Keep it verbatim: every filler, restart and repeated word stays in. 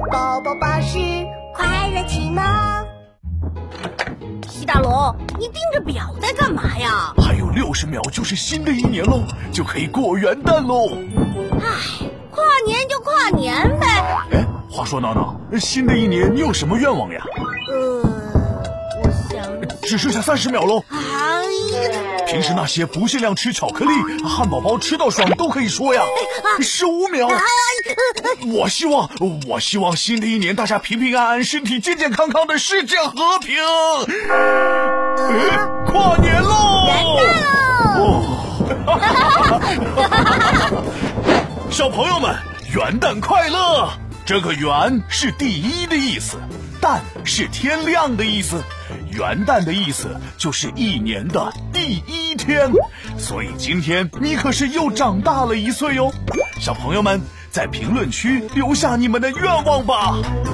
宝宝巴士快乐启蒙。 西大龙，你盯着表在干嘛呀？ 还有六十秒就是新的一年喽，就可以过元旦喽。 唉，跨年就跨年呗。 哎，话说闹闹，新的一年你有什么愿望呀？ 呃，我想只剩下三十秒喽。 哎呀， 平时那些不限量吃巧克力、汉堡包吃到爽都可以说呀。十五秒。我希望，我希望新的一年大家平平安安、身体健健康康的，世界和平。呃、跨年喽！ 元旦喽！ 哦、小朋友们，元旦快乐！这个元是第一的意思，旦是天亮的意思。元旦的意思就是一年的第一天，所以今天你可是又长大了一岁哟。小朋友们，在评论区留下你们的愿望吧。